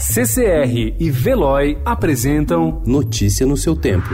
CCR e Veloy apresentam Notícia no seu tempo.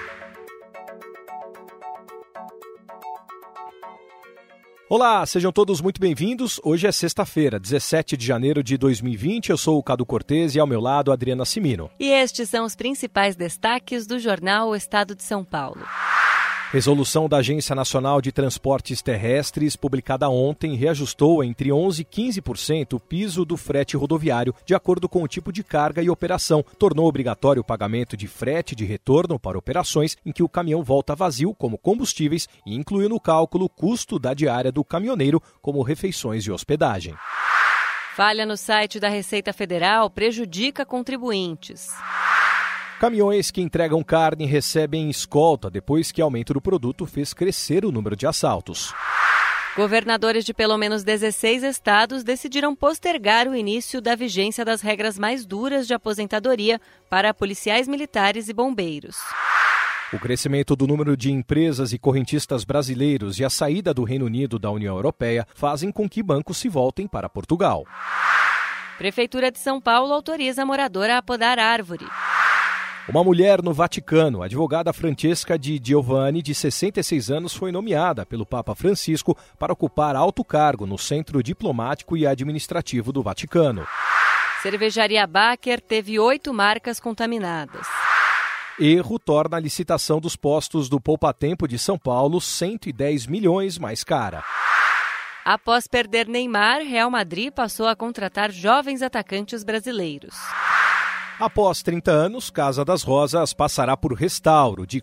Olá, sejam todos muito bem-vindos. Hoje é sexta-feira, 17 de janeiro de 2020. Eu sou o Cadu Cortez e ao meu lado, Adriana Cimino. E estes são os principais destaques do jornal O Estado de São Paulo. Resolução da Agência Nacional de Transportes Terrestres, publicada ontem, reajustou entre 11% e 15% o piso do frete rodoviário, de acordo com o tipo de carga e operação. Tornou obrigatório o pagamento de frete de retorno para operações em que o caminhão volta vazio, como combustíveis, e incluiu no cálculo o custo da diária do caminhoneiro, como refeições e hospedagem. Falha no site da Receita Federal prejudica contribuintes. Caminhões que entregam carne recebem escolta depois que aumento do produto fez crescer o número de assaltos. Governadores de pelo menos 16 estados decidiram postergar o início da vigência das regras mais duras de aposentadoria para policiais militares e bombeiros. O crescimento do número de empresas e correntistas brasileiros e a saída do Reino Unido da União Europeia fazem com que bancos se voltem para Portugal. Prefeitura de São Paulo autoriza a moradora a podar árvore. Uma mulher no Vaticano, a advogada Francesca Di Giovanni, de 66 anos, foi nomeada pelo Papa Francisco para ocupar alto cargo no Centro Diplomático e Administrativo do Vaticano. Cervejaria Baker teve 8 marcas contaminadas. Erro torna a licitação dos postos do Poupa Tempo de São Paulo 110 milhões mais cara. Após perder Neymar, Real Madrid passou a contratar jovens atacantes brasileiros. Após 30 anos, Casa das Rosas passará por restauro de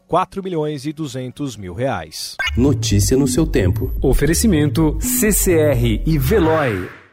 R$4.200.000. Notícia no seu tempo. Oferecimento CCR e Veloy.